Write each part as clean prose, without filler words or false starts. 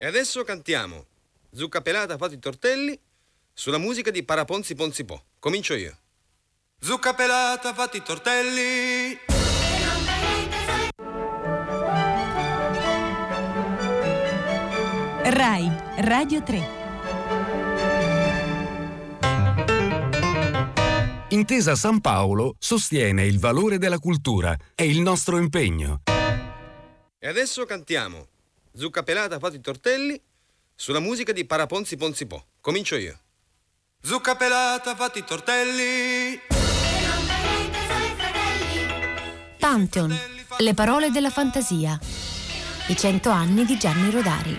E adesso cantiamo Zucca pelata fate i tortelli sulla musica di Paraponzi Ponzi Po. Comincio io. Zucca pelata fate i tortelli. Rai Radio 3. Intesa San Paolo sostiene il valore della cultura e il nostro impegno. E adesso cantiamo Zucca pelata fate i tortelli sulla musica di Paraponzi Ponzi Po. Comincio io. Zucca pelata fate i tortelli. Pantheon, le parole della fantasia. I 100 anni di Gianni Rodari.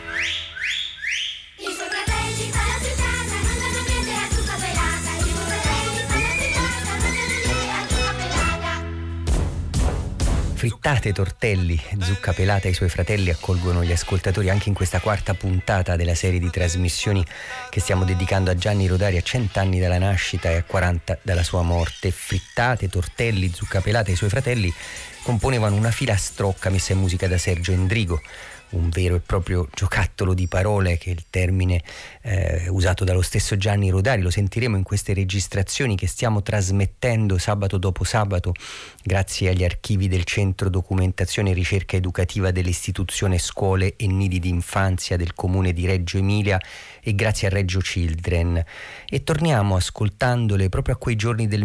Frittate, tortelli, Zucca pelata e i suoi fratelli accolgono gli ascoltatori anche in questa quarta puntata della serie di trasmissioni che stiamo dedicando a Gianni Rodari, a 100 anni dalla nascita e a 40 dalla sua morte. Frittate, tortelli, Zucca pelata e i suoi fratelli componevano una filastrocca messa in musica da Sergio Endrigo, un vero e proprio giocattolo di parole, che è il termine usato dallo stesso Gianni Rodari. Lo sentiremo in queste registrazioni che stiamo trasmettendo sabato dopo sabato grazie agli archivi del Centro Documentazione e Ricerca Educativa dell'Istituzione Scuole e Nidi d'Infanzia del Comune di Reggio Emilia e grazie a Reggio Children. E torniamo ascoltandole proprio a quei giorni del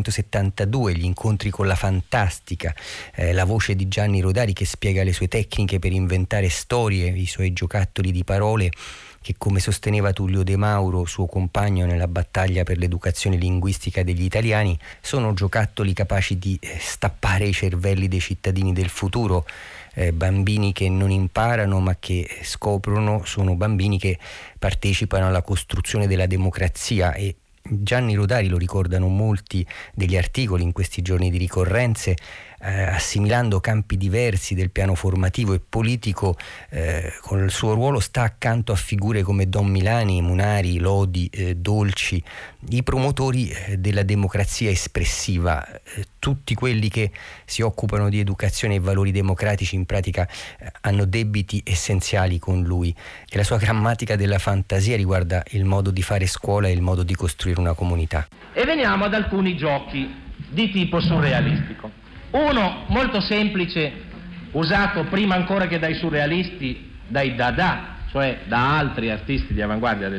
1972, gli incontri con la fantastica, la voce di Gianni Rodari che spiega le sue tecniche per inventare storie, i suoi giocattoli di parole che, come sosteneva Tullio De Mauro, suo compagno nella battaglia per l'educazione linguistica degli italiani, sono giocattoli capaci di stappare i cervelli dei cittadini del futuro. Bambini che non imparano ma che scoprono, sono bambini che partecipano alla costruzione della democrazia. E Gianni Rodari, lo ricordano molti degli articoli in questi giorni di ricorrenze, assimilando campi diversi del piano formativo e politico, con il suo ruolo sta accanto a figure come Don Milani, Munari, Lodi, Dolci, i promotori della democrazia espressiva, tutti quelli che si occupano di educazione e valori democratici in pratica hanno debiti essenziali con lui. E la sua grammatica della fantasia riguarda il modo di fare scuola e il modo di costruire una comunità. E veniamo ad alcuni giochi di tipo surrealistico. Uno molto semplice, usato prima ancora che dai surrealisti, dai Dada, cioè da altri artisti di avanguardia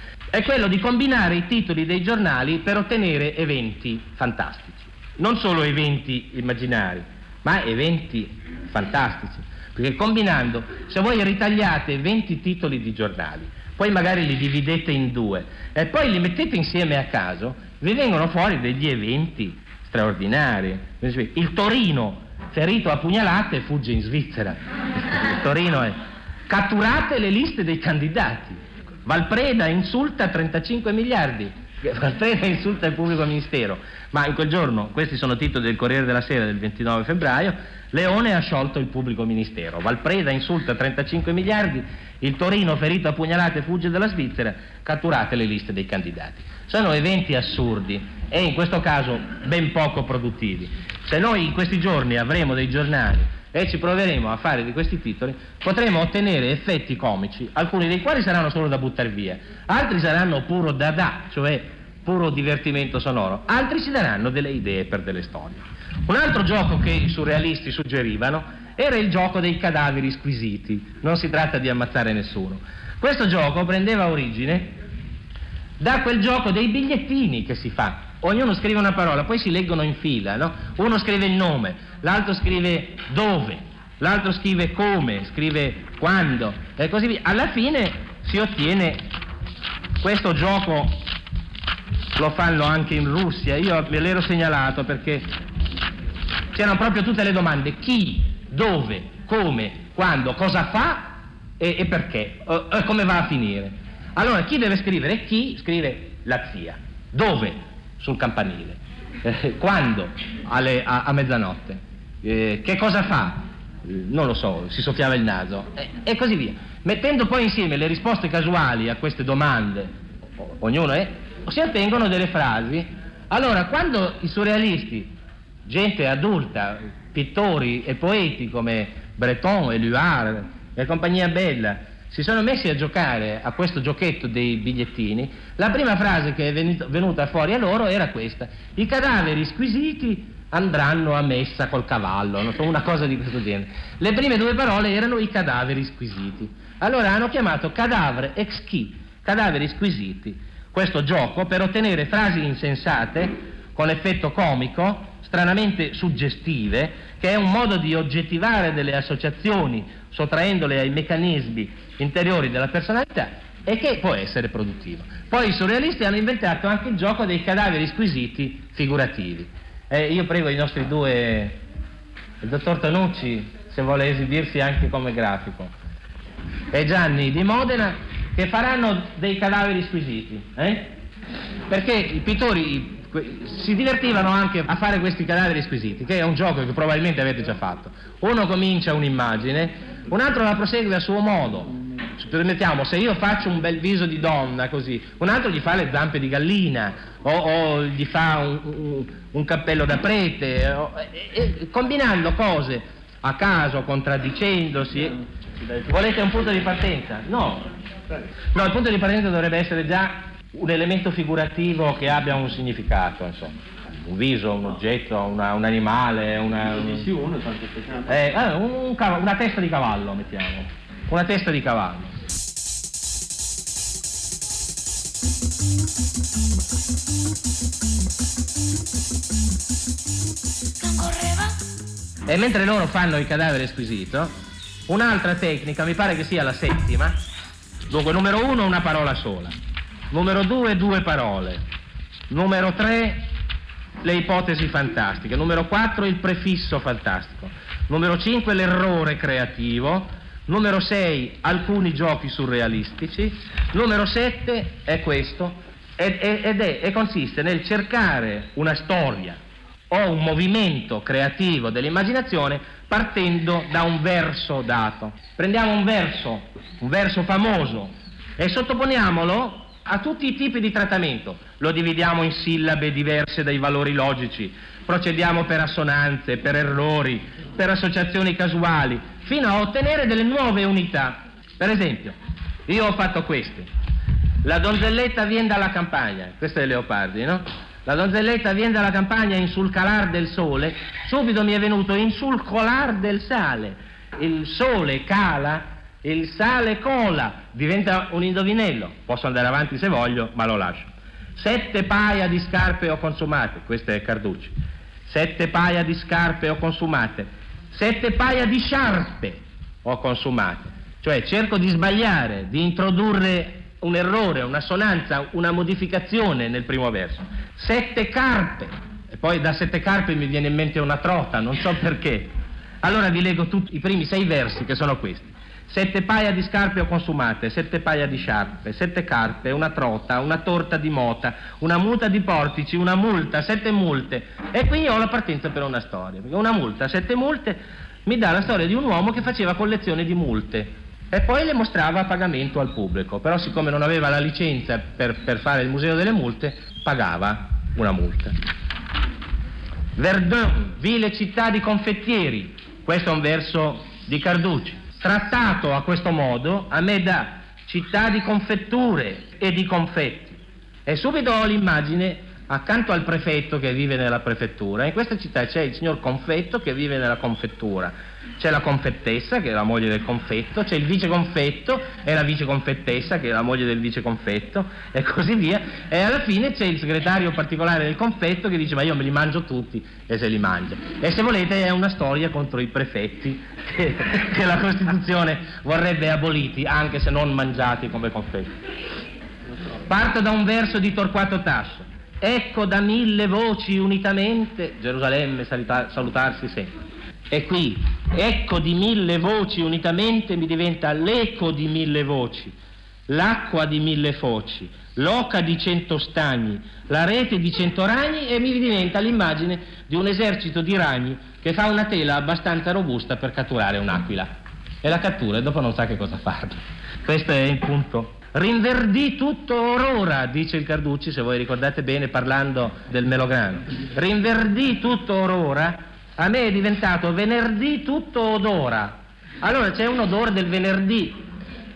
è quello di combinare i titoli dei giornali per ottenere eventi fantastici. Non solo eventi immaginari, ma eventi fantastici. Perché combinando, se voi ritagliate 20 titoli di giornali, poi magari li dividete in due e poi li mettete insieme a caso, vi vengono fuori degli eventi straordinari. Il Torino ferito a pugnalate fugge in Svizzera. Il Torino è catturate le liste dei candidati. Valpreda insulta 35 miliardi. Valpreda insulta il pubblico ministero. Ma in quel giorno, questi sono titoli del Corriere della Sera del 29 febbraio, Leone ha sciolto il pubblico ministero. Valpreda insulta 35 miliardi, il Torino ferito a pugnalate fugge dalla Svizzera, catturate le liste dei candidati. Sono eventi assurdi e in questo caso ben poco produttivi. Se noi in questi giorni avremo dei giornali e ci proveremo a fare di questi titoli, potremo ottenere effetti comici, alcuni dei quali saranno solo da buttare via, altri saranno puro dada, cioè puro divertimento sonoro, altri ci daranno delle idee per delle storie. Un altro gioco che i surrealisti suggerivano era il gioco dei cadaveri squisiti. Non si tratta di ammazzare nessuno. Questo gioco prendeva origine da quel gioco dei bigliettini che si fa. Ognuno scrive una parola, poi si leggono in fila, no? Uno scrive il nome, l'altro scrive dove, l'altro scrive come, scrive quando e così via. Alla fine si ottiene questo gioco. Lo fanno anche in Russia. Io me l'ero segnalato perché c'erano proprio tutte le domande: chi, dove, come, quando, cosa fa e perché, e come va a finire. Allora chi deve scrivere? Chi scrive la zia. Dove? Sul campanile. Quando? A mezzanotte. Che cosa fa? Non lo so, si soffiava il naso e così via. Mettendo poi insieme le risposte casuali a queste domande, ognuno si ottengono delle frasi. Allora, quando i surrealisti, gente adulta, pittori e poeti come Breton, Éluard e compagnia bella, si sono messi a giocare a questo giochetto dei bigliettini, la prima frase che è venuta fuori a loro era questa: i cadaveri squisiti andranno a messa col cavallo, non so, una cosa di questo genere. Le prime due parole erano i cadaveri squisiti. Allora hanno chiamato cadavere exquis, cadaveri squisiti, questo gioco per ottenere frasi insensate con effetto comico, stranamente suggestive, che è un modo di oggettivare delle associazioni sottraendole ai meccanismi interiori della personalità e che può essere produttivo. Poi i surrealisti hanno inventato anche il gioco dei cadaveri squisiti figurativi. Io prego i nostri due, il dottor Tanucci, se vuole esibirsi anche come grafico, e Gianni di Modena, che faranno dei cadaveri squisiti, perché i pittori si divertivano anche a fare questi cadaveri squisiti, che è un gioco che probabilmente avete già fatto. Uno comincia un'immagine, un altro la prosegue a suo modo. Permettiamo, se io faccio un bel viso di donna così, un altro gli fa le zampe di gallina o gli fa un cappello da prete, combinando cose a caso, contraddicendosi. Volete un punto di partenza? No, il punto di partenza dovrebbe essere già un elemento figurativo che abbia un significato, insomma. Un viso, un oggetto, un animale, una testa di cavallo, mettiamo. Una testa di cavallo. Non correva? E mentre loro fanno il cadavere squisito, un'altra tecnica, mi pare che sia la settima. Dunque, numero 1, una parola sola. Numero 2, 2 parole. Numero 3, le ipotesi fantastiche. Numero 4, il prefisso fantastico. Numero 5, l'errore creativo. Numero 6, alcuni giochi surrealistici. Numero 7 è questo, e consiste nel cercare una storia o un movimento creativo dell'immaginazione partendo da un verso dato. Prendiamo un verso famoso, e sottoponiamolo a tutti i tipi di trattamento. Lo dividiamo in sillabe diverse dai valori logici, procediamo per assonanze, per errori, per associazioni casuali, fino a ottenere delle nuove unità. Per esempio, io ho fatto queste. La donzelletta vien dalla campagna, questo è Leopardi, no? La donzelletta vien dalla campagna in sul calar del sole, subito mi è venuto in sul colar del sale. Il sole cala, il sale cola, diventa un indovinello. Posso andare avanti se voglio, ma lo lascio. 7 paia di scarpe ho consumate, questo è Carducci. 7 paia di scarpe ho consumate. 7 paia di sciarpe ho consumate. Cioè cerco di sbagliare, di introdurre un errore, un'assonanza, una modificazione nel primo verso. 7 carpe, e poi da 7 carpe mi viene in mente una trota, non so perché. Allora vi leggo tutti i primi 6 versi, che sono questi. 7 paia di scarpe ho consumate, 7 paia di sciarpe, 7 carpe, una trota, una torta di mota, una muta di portici, una multa, 7 multe. E qui ho la partenza per una storia, perché una multa, 7 multe, mi dà la storia di un uomo che faceva collezione di multe e poi le mostrava a pagamento al pubblico. Però siccome non aveva la licenza per fare il museo delle multe, pagava una multa. Verdun, vile città di confettieri, questo è un verso di Carducci. Trattato a questo modo, a me dà città di confetture e di confetti. E subito ho l'immagine accanto al prefetto che vive nella prefettura. In questa città c'è il signor Confetto che vive nella confettura. C'è la confettessa che è la moglie del confetto, c'è il viceconfetto e la viceconfettessa che è la moglie del viceconfetto e così via. E alla fine c'è il segretario particolare del confetto che dice: ma io me li mangio tutti, e se li mangia. E se volete è una storia contro i prefetti che la Costituzione vorrebbe aboliti, anche se non mangiati come confetti. Parto da un verso di Torquato Tasso. Ecco da 1000 voci unitamente Gerusalemme salutarsi sempre. E qui, ecco di 1000 voci unitamente mi diventa l'eco di 1000 voci, l'acqua di 1000 foci, l'oca di 100 stagni, la rete di 100 ragni, e mi diventa l'immagine di un esercito di ragni che fa una tela abbastanza robusta per catturare un'aquila. E la cattura e dopo non sa che cosa farne. Questo è il punto. Rinverdì tutto orora, dice il Carducci, se voi ricordate bene, parlando del melograno. Rinverdì tutto orora, a me è diventato venerdì tutto odora. Allora c'è un odore del venerdì,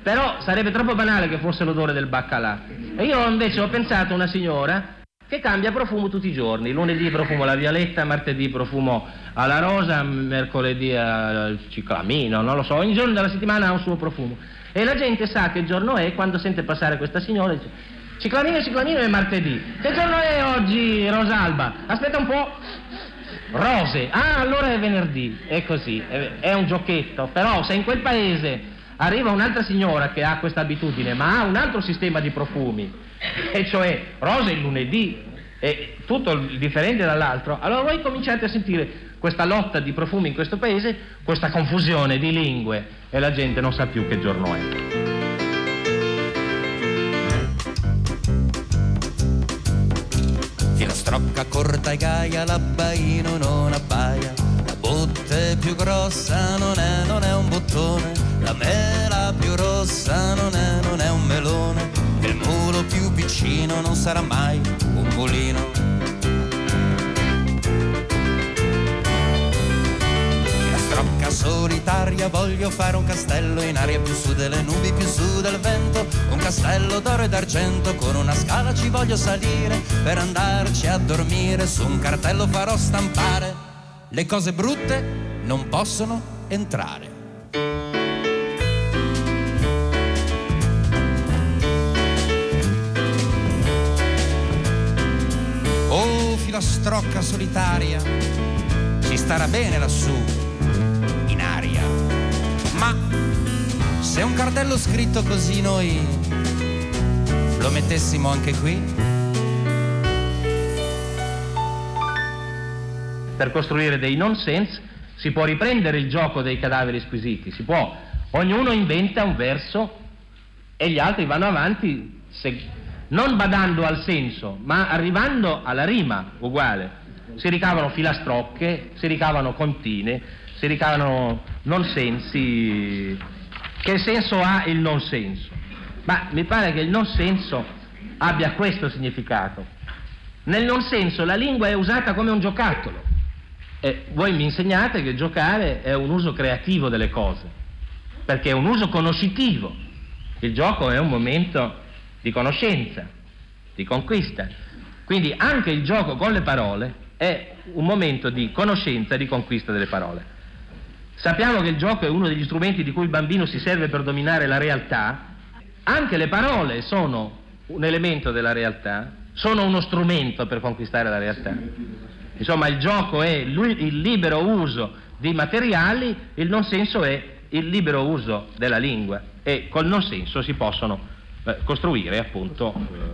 però sarebbe troppo banale che fosse l'odore del baccalà. E io invece ho pensato a una signora che cambia profumo tutti i giorni. Lunedì profumo alla violetta, martedì profumo alla rosa, mercoledì al ciclamino, non lo so, ogni giorno della settimana ha un suo profumo. E la gente sa che giorno è quando sente passare questa signora e dice: ciclamino è martedì. Che giorno è oggi, Rosalba? Aspetta un po'. Rose. Ah, allora è venerdì. È così, è un giochetto. Però se in quel paese arriva un'altra signora che ha questa abitudine, ma ha un altro sistema di profumi, e cioè rose il lunedì, e tutto differente dall'altro, allora voi cominciate a sentire questa lotta di profumi in questo paese, questa confusione di lingue, e la gente non sa più che giorno è. Filastrocca corta e gaia, l'abbaino non abbaia, la botte più grossa non è un bottone, la mela più rossa non è un melone, il mulo più piccino non sarà mai un mulino. Filastrocca solitaria, voglio fare un castello in aria, più su delle nubi, più su del vento, un castello d'oro e d'argento, con una scala ci voglio salire, per andarci a dormire, su un cartello farò stampare: le cose brutte non possono entrare. Oh, filastrocca solitaria, ci starà bene lassù, in aria. Ma se un cartello scritto così noi lo mettessimo anche qui? Per costruire dei nonsense si può riprendere il gioco dei cadaveri squisiti, ognuno inventa un verso e gli altri vanno avanti non badando al senso, ma arrivando alla rima uguale. Si ricavano filastrocche, si ricavano contine, si ricavano nonsensi. Che senso ha il nonsenso? Ma mi pare che il nonsenso abbia questo significato. Nel nonsenso la lingua è usata come un giocattolo. E voi mi insegnate che giocare è un uso creativo delle cose, perché è un uso conoscitivo. Il gioco è un momento di conoscenza, di conquista. Quindi anche il gioco con le parole è un momento di conoscenza e di conquista delle parole. Sappiamo che il gioco è uno degli strumenti di cui il bambino si serve per dominare la realtà. Anche le parole sono un elemento della realtà, sono uno strumento per conquistare la realtà. Insomma, il gioco è il libero uso di materiali, il nonsenso è il libero uso della lingua, e col nonsenso si possono costruire appunto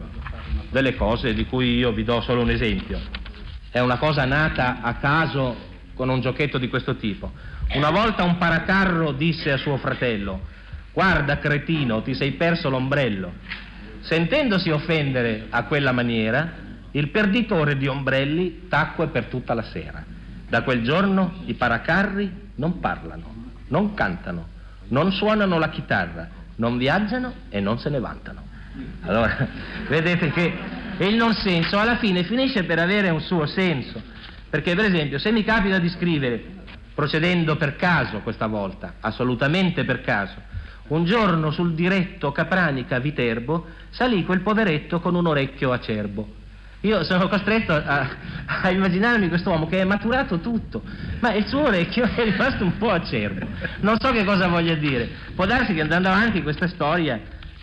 delle cose di cui io vi do solo un esempio. È una cosa nata a caso con un giochetto di questo tipo. Una volta un paracarro disse a suo fratello: guarda cretino, ti sei perso l'ombrello. Sentendosi offendere a quella maniera, il perditore di ombrelli tacque per tutta la sera. Da quel giorno i paracarri non parlano, non cantano, non suonano la chitarra, non viaggiano e non se ne vantano. Allora, vedete che il nonsenso alla fine finisce per avere un suo senso, perché per esempio se mi capita di scrivere, procedendo per caso questa volta, assolutamente per caso, un giorno sul diretto Capranica-Viterbo salì quel poveretto con un orecchio acerbo. Io sono costretto a immaginarmi quest'uomo che è maturato tutto, ma il suo orecchio è rimasto un po' acerbo. Non so che cosa voglia dire. Può darsi che andando avanti questa storia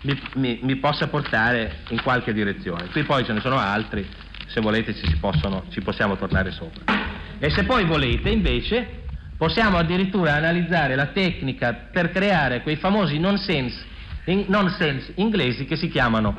mi possa portare in qualche direzione. Qui poi ce ne sono altri, se volete ci possiamo tornare sopra. E se poi volete, invece, possiamo addirittura analizzare la tecnica per creare quei famosi nonsense inglesi che si chiamano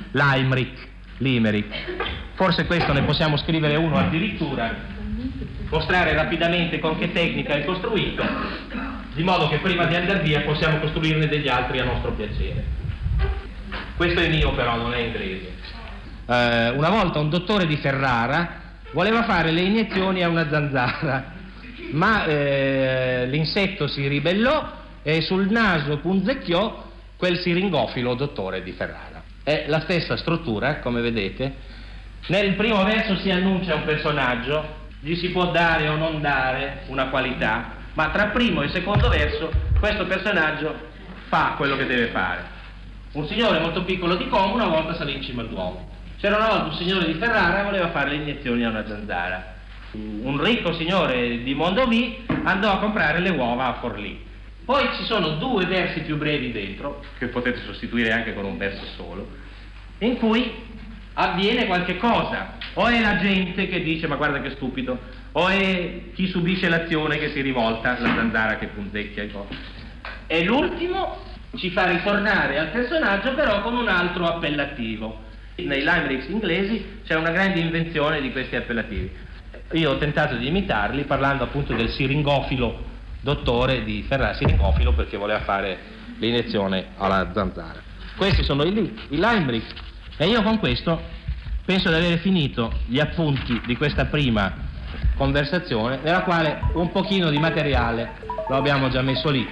limerick. Forse questo ne possiamo scrivere uno addirittura, mostrare rapidamente con che tecnica è costruito, di modo che prima di andare via possiamo costruirne degli altri a nostro piacere. Questo è mio, però non è inglese. Una volta un dottore di Ferrara voleva fare le iniezioni a una zanzara, ma l'insetto si ribellò e sul naso punzecchiò quel siringofilo dottore di Ferrara. È la stessa struttura, come vedete. Nel primo verso si annuncia un personaggio, gli si può dare o non dare una qualità, ma tra primo e secondo verso questo personaggio fa quello che deve fare. Un signore molto piccolo di Como una volta salì in cima al Duomo. C'era una volta un signore di Ferrara che voleva fare le iniezioni a una zanzara. Un ricco signore di Mondovì andò a comprare le uova a Forlì. Poi ci sono 2 versi più brevi dentro, che potete sostituire anche con un verso solo, in cui avviene qualche cosa. O è la gente che dice ma guarda che stupido, o è chi subisce l'azione che si rivolta, la zanzara che punzecchia e cose. E l'ultimo ci fa ritornare al personaggio però con un altro appellativo. Nei limericks inglesi c'è una grande invenzione di questi appellativi. Io ho tentato di imitarli parlando appunto del siringofilo dottore di Ferrara, siringofilo perché voleva fare l'iniezione alla zanzara. Questi sono i limerick e io con questo penso di avere finito gli appunti di questa prima conversazione, nella quale un pochino di materiale lo abbiamo già messo lì.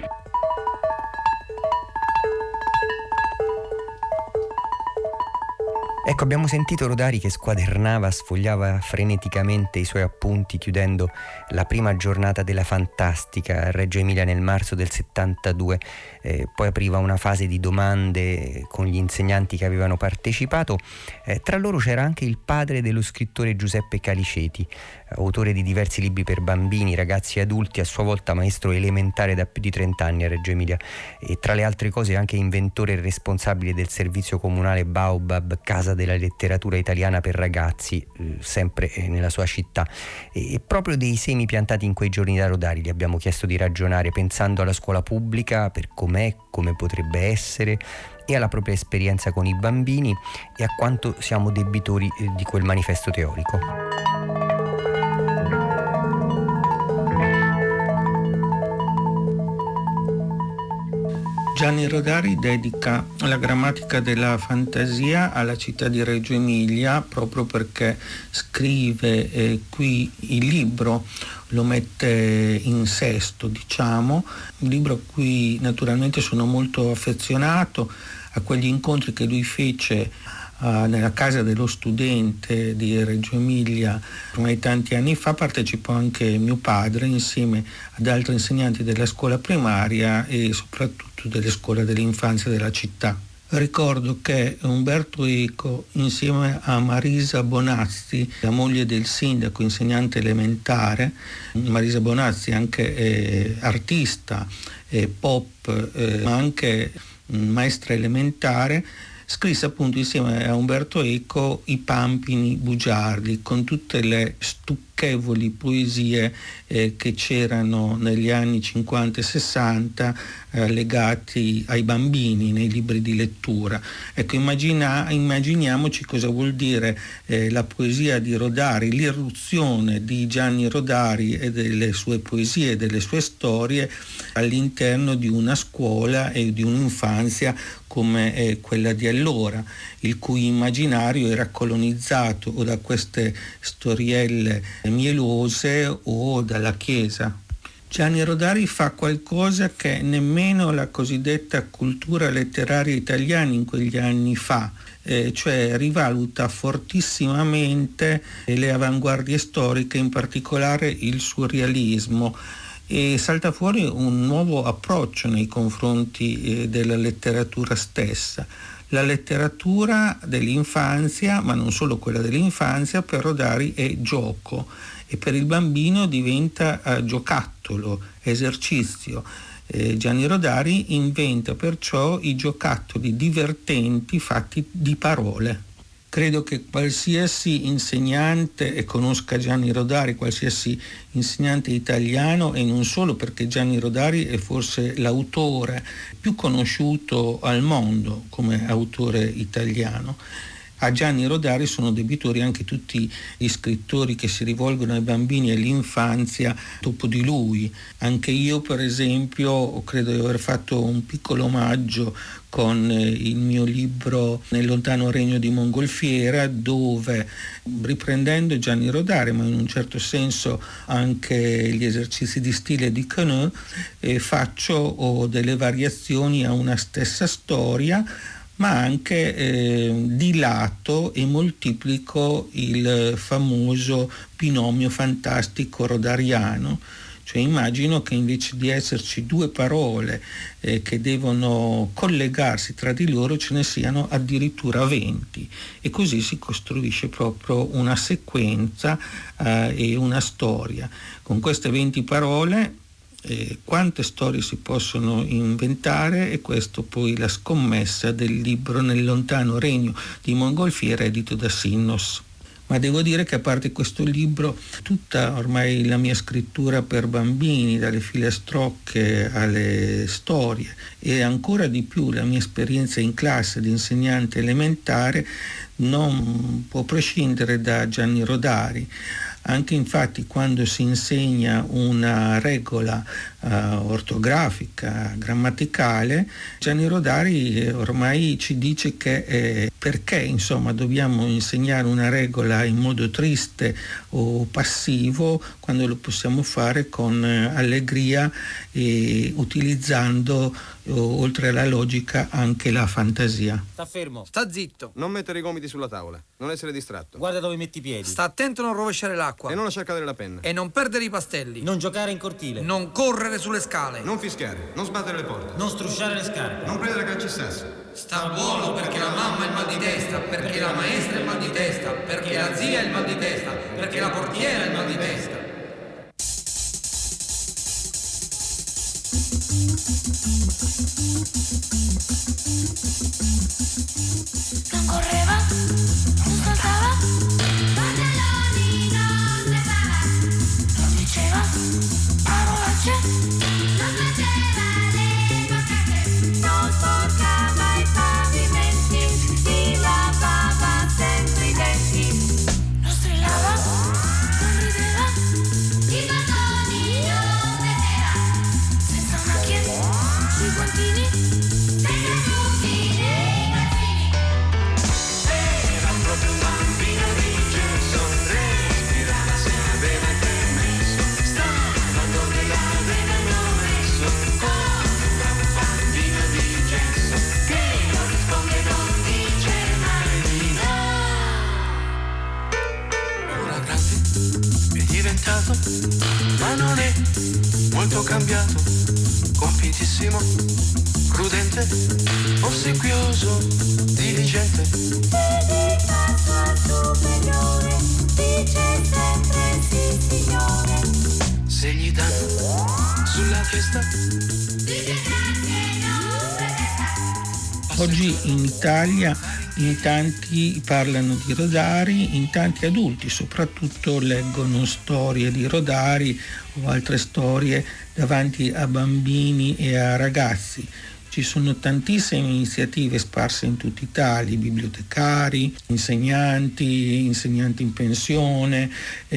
Ecco, abbiamo sentito Rodari che squadernava, sfogliava freneticamente i suoi appunti chiudendo la prima giornata della Fantastica a Reggio Emilia nel marzo del 72, poi apriva una fase di domande con gli insegnanti che avevano partecipato. Tra loro c'era anche il padre dello scrittore Giuseppe Caliceti, autore di diversi libri per bambini, ragazzi e adulti, a sua volta maestro elementare da più di 30 anni a Reggio Emilia e tra le altre cose anche inventore e responsabile del servizio comunale Baobab, casa della letteratura italiana per ragazzi, sempre nella sua città. E proprio dei semi piantati in quei giorni da Rodari gli abbiamo chiesto di ragionare pensando alla scuola pubblica per com'è, come potrebbe essere, e alla propria esperienza con i bambini e a quanto siamo debitori di quel manifesto teorico. Gianni Rodari dedica la grammatica della fantasia alla città di Reggio Emilia proprio perché scrive qui il libro, lo mette in sesto, diciamo, un libro a cui naturalmente sono molto affezionato, a quegli incontri che lui fece nella casa dello studente di Reggio Emilia ormai tanti anni fa. Partecipò anche mio padre insieme ad altri insegnanti della scuola primaria e soprattutto delle scuole dell'infanzia della città. Ricordo che Umberto Eco insieme a Marisa Bonazzi, la moglie del sindaco, insegnante elementare, Marisa Bonazzi anche artista, pop, ma anche maestra elementare, scrisse appunto insieme a Umberto Eco I Pampini bugiardi, con tutte le stucchevoli poesie che c'erano negli anni 50 e 60 legati ai bambini nei libri di lettura. Ecco, immaginiamoci cosa vuol dire la poesia di Rodari, l'irruzione di Gianni Rodari e delle sue poesie e delle sue storie all'interno di una scuola e di un'infanzia come quella di allora, il cui immaginario era colonizzato o da queste storielle mielose o dalla Chiesa. Gianni Rodari fa qualcosa che nemmeno la cosiddetta cultura letteraria italiana in quegli anni fa, cioè rivaluta fortissimamente le avanguardie storiche, in particolare il surrealismo, e salta fuori un nuovo approccio nei confronti della letteratura stessa. La letteratura dell'infanzia, ma non solo quella dell'infanzia, per Rodari è gioco e per il bambino diventa giocattolo, esercizio. Gianni Rodari inventa perciò i giocattoli divertenti fatti di parole. Credo che qualsiasi insegnante, e conosca Gianni Rodari, qualsiasi insegnante italiano, e non solo, perché Gianni Rodari è forse l'autore più conosciuto al mondo come autore italiano. A Gianni Rodari sono debitori anche tutti gli scrittori che si rivolgono ai bambini e all'infanzia dopo di lui. Anche io, per esempio, credo di aver fatto un piccolo omaggio con il mio libro Nel lontano regno di Mongolfiera, dove, riprendendo Gianni Rodari, ma in un certo senso anche gli esercizi di stile di Queneau, faccio delle variazioni a una stessa storia, ma anche dilato e moltiplico il famoso binomio fantastico rodariano, Cioè immagino che invece di esserci due parole che devono collegarsi tra di loro, ce ne siano addirittura 20, e così si costruisce proprio una sequenza e una storia. Con queste 20 parole quante storie si possono inventare, e questo poi la scommessa del libro Nel lontano regno di Mongolfiera, edito da Sinnos. Ma devo dire che, a parte questo libro, tutta ormai la mia scrittura per bambini, dalle filastrocche alle storie, e ancora di più la mia esperienza in classe di insegnante elementare, non può prescindere da Gianni Rodari. Anche infatti quando si insegna una regola ortografica, grammaticale, Gianni Rodari ormai ci dice che perché insomma dobbiamo insegnare una regola in modo triste o passivo quando lo possiamo fare con allegria e utilizzando oltre alla logica anche la fantasia. Sta fermo. Sta zitto. Non mettere i gomiti sulla tavola, non essere distratto. Guarda dove metti i piedi. Sta attento a non rovesciare l'acqua. E non lasciar cadere la penna. E non perdere i pastelli. Non giocare in cortile. Non correre sulle scale. Non fischiare, non sbattere le porte. Non strusciare le scarpe. Non prendere calcisassi. Sta buono perché la mamma ha il mal di testa, perché la maestra ha il mal di testa, perché la zia ha il mal di testa, perché la portiera ha il mal di testa. Non correva, non saltava, pantaloni non pesava, non diceva parolacce, non faceva le boccacce, non sporcava i pavimenti, si lavava sempre i denti, non strillava, non rideva, i bastoni non metteva, senza macchie sui guantini, senza buchi nei calzini. Era proprio un bambino di Gesù, respirava se aveva il permesso, stava dove l'avevano messo, come un bravo bambino di gesso, che non risponde, non dice mai di no. Ora grande è diventato, ma non è molto cambiato, compitissimo, prudente, ossequioso, diligente. Dedicato al superiore, dice sempre sì signore. Se gli danno sulla testa, Dice grazie, non protesta. Oggi in Italia in tanti parlano di Rodari, in tanti adulti soprattutto leggono storie di Rodari o altre storie davanti a bambini e a ragazzi. Ci sono tantissime iniziative sparse in tutta Italia, bibliotecari, insegnanti in pensione,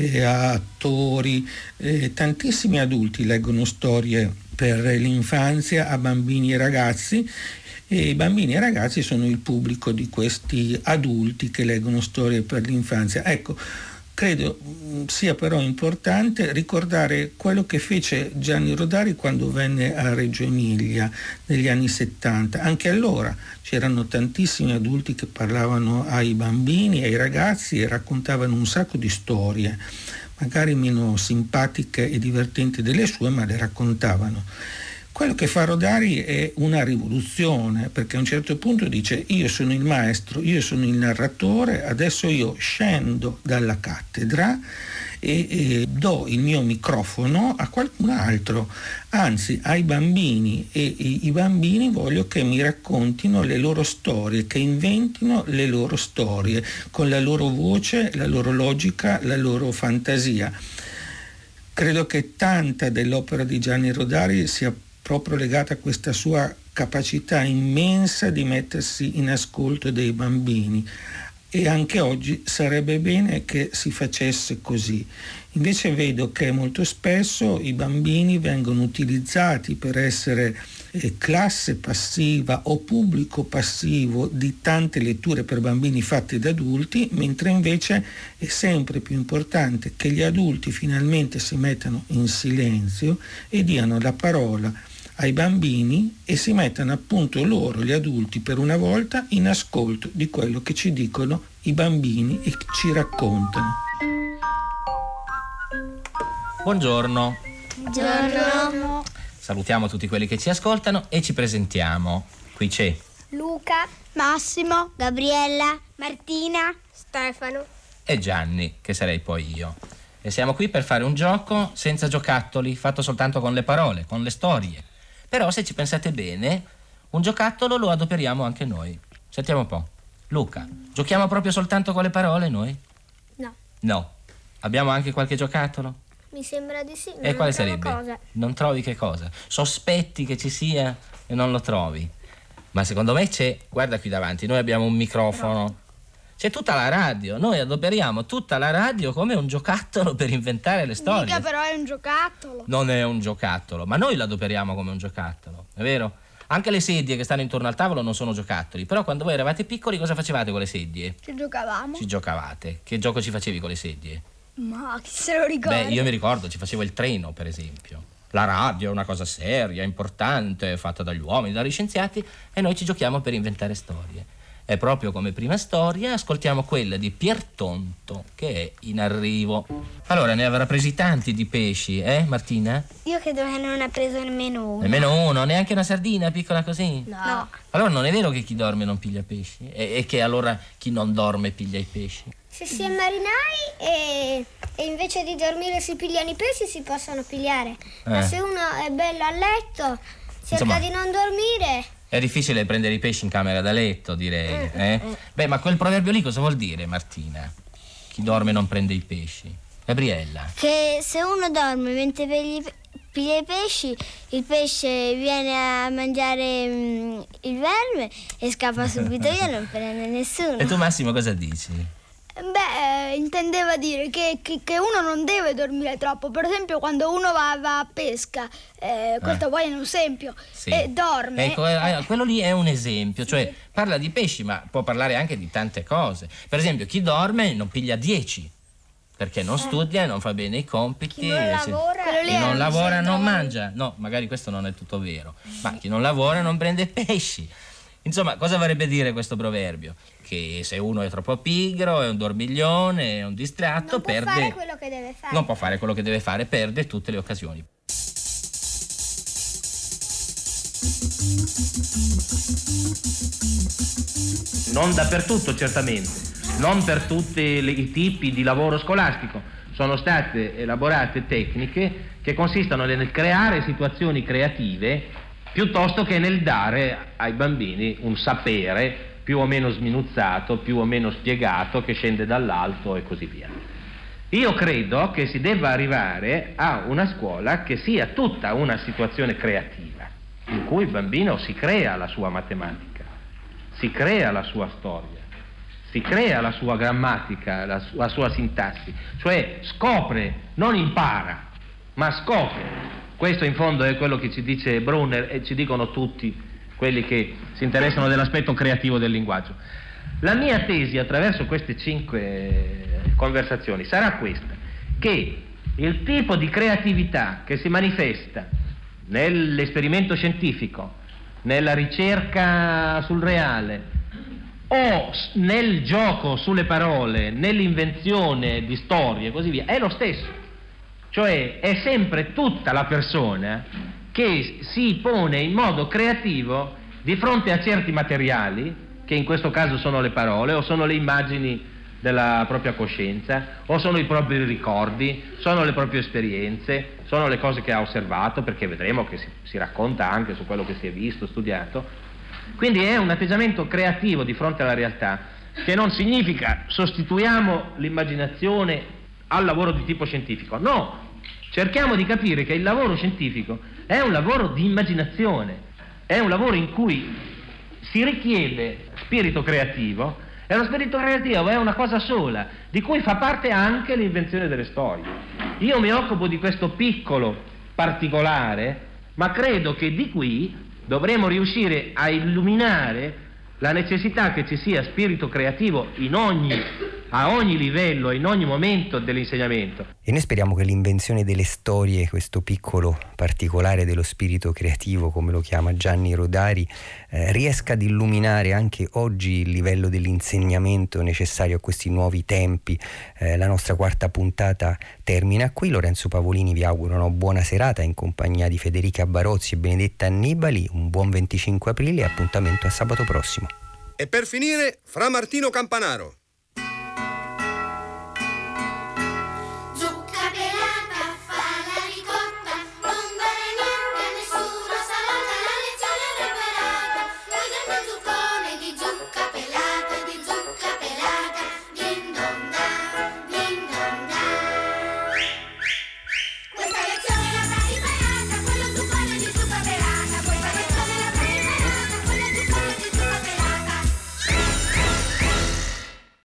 attori, tantissimi adulti leggono storie per l'infanzia a bambini e ragazzi, e i bambini e ragazzi sono il pubblico di questi adulti che leggono storie per l'infanzia. Ecco, credo sia però importante ricordare quello che fece Gianni Rodari quando venne a Reggio Emilia negli anni 70. Anche allora c'erano tantissimi adulti che parlavano ai bambini, ai ragazzi, e raccontavano un sacco di storie, magari meno simpatiche e divertenti delle sue, ma le raccontavano. Quello che fa Rodari è una rivoluzione, perché a un certo punto dice: io sono il maestro, io sono il narratore, adesso io scendo dalla cattedra e do il mio microfono a qualcun altro, anzi ai bambini, e i bambini voglio che mi raccontino le loro storie, che inventino le loro storie con la loro voce, la loro logica, la loro fantasia. Credo che tanta dell'opera di Gianni Rodari sia proprio legata a questa sua capacità immensa di mettersi in ascolto dei bambini, e anche oggi sarebbe bene che si facesse così. Invece vedo che molto spesso i bambini vengono utilizzati per essere classe passiva o pubblico passivo di tante letture per bambini fatte da adulti, mentre invece è sempre più importante che gli adulti finalmente si mettano in silenzio e diano la parola ai bambini e si mettano appunto loro, gli adulti, per una volta in ascolto di quello che ci dicono i bambini e ci raccontano. Buongiorno. Buongiorno. Salutiamo tutti quelli che ci ascoltano e ci presentiamo. Qui c'è Luca, Massimo, Gabriella, Martina, Stefano e Gianni, che sarei poi io. E siamo qui per fare un gioco senza giocattoli, fatto soltanto con le parole, con le storie. Però se ci pensate bene, un giocattolo lo adoperiamo anche noi. Sentiamo un po'. Luca, giochiamo proprio soltanto con le parole noi? No. No. Abbiamo anche qualche giocattolo? Mi sembra di sì. E quale sarebbe? Cosa. Non trovi che cosa? Sospetti che ci sia e non lo trovi. Ma secondo me c'è, guarda qui davanti, noi abbiamo un microfono. C'è tutta la radio, noi adoperiamo tutta la radio come un giocattolo per inventare le storie. Mica però è un giocattolo. Non è un giocattolo, ma noi lo adoperiamo come un giocattolo, è vero? Anche le sedie che stanno intorno al tavolo non sono giocattoli, però quando voi eravate piccoli cosa facevate con le sedie? Ci giocavamo. Ci giocavate. Che gioco ci facevi con le sedie? Ma chi se lo ricorda? Beh, io mi ricordo, ci facevo il treno, per esempio. La radio è una cosa seria, importante, fatta dagli uomini, dagli scienziati, e noi ci giochiamo per inventare storie. E proprio come prima storia ascoltiamo quella di Piertonto, che è in arrivo. Allora, ne avrà presi tanti di pesci, Martina? Io credo che non ha preso nemmeno uno. Nemmeno uno? Neanche una sardina piccola così? No. Allora non è vero che chi dorme non piglia pesci? E che allora chi non dorme piglia i pesci? Se si è marinai e invece di dormire si pigliano i pesci, si possono pigliare. Ma se uno è bello a letto, cerca Insomma, di non dormire. È difficile prendere i pesci in camera da letto, direi. Beh, ma quel proverbio lì cosa vuol dire, Martina? Chi dorme non prende i pesci. Gabriella? Che se uno dorme mentre piglia i pesci, il pesce viene a mangiare il verme e scappa subito via, non prende nessuno. E tu, Massimo, cosa dici? Beh, intendeva dire che uno non deve dormire troppo. Per esempio, quando uno va a pesca, questo poi è un esempio, e dorme. Ecco, quello lì è un esempio, cioè parla di pesci, ma può parlare anche di tante cose. Per esempio, chi dorme non piglia 10, perché non studia, non fa bene i compiti. Chi non lavora non mangia. No, magari questo non è tutto vero, ma chi non lavora non prende pesci. Insomma, cosa vorrebbe dire questo proverbio? Che se uno è troppo pigro, è un dormiglione, è un distratto, perde... Non può fare quello che deve fare. Non può fare quello che deve fare, perde tutte le occasioni. Non dappertutto, certamente. Non per tutti i tipi di lavoro scolastico. Sono state elaborate tecniche che consistono nel creare situazioni creative piuttosto che nel dare ai bambini un sapere più o meno sminuzzato, più o meno spiegato, che scende dall'alto e così via. Io credo che si debba arrivare a una scuola che sia tutta una situazione creativa, in cui il bambino si crea la sua matematica, si crea la sua storia, si crea la sua grammatica, la sua sintassi, cioè scopre, non impara, ma scopre. Questo in fondo è quello che ci dice Brunner e ci dicono tutti quelli che si interessano dell'aspetto creativo del linguaggio. La mia tesi attraverso queste 5 conversazioni sarà questa, che il tipo di creatività che si manifesta nell'esperimento scientifico, nella ricerca sul reale o nel gioco sulle parole, nell'invenzione di storie e così via, è lo stesso. Cioè è sempre tutta la persona che si pone in modo creativo di fronte a certi materiali, che in questo caso sono le parole o sono le immagini della propria coscienza o sono i propri ricordi, sono le proprie esperienze, sono le cose che ha osservato, perché vedremo che si racconta anche su quello che si è visto, studiato. Quindi è un atteggiamento creativo di fronte alla realtà, che non significa sostituiamo l'immaginazione al lavoro di tipo scientifico. No, cerchiamo di capire che il lavoro scientifico è un lavoro di immaginazione, è un lavoro in cui si richiede spirito creativo, e lo spirito creativo è una cosa sola, di cui fa parte anche l'invenzione delle storie. Io mi occupo di questo piccolo particolare, ma credo che di qui dovremo riuscire a illuminare la necessità che ci sia spirito creativo in ogni a ogni livello e in ogni momento dell'insegnamento. E noi speriamo che l'invenzione delle storie, questo piccolo particolare dello spirito creativo, come lo chiama Gianni Rodari, riesca ad illuminare anche oggi il livello dell'insegnamento necessario a questi nuovi tempi. La nostra quarta puntata termina qui. Lorenzo Pavolini vi augura una buona serata in compagnia di Federica Barozzi e Benedetta Annibali. Un buon 25 aprile e appuntamento a sabato prossimo. E per finire, Fra Martino Campanaro.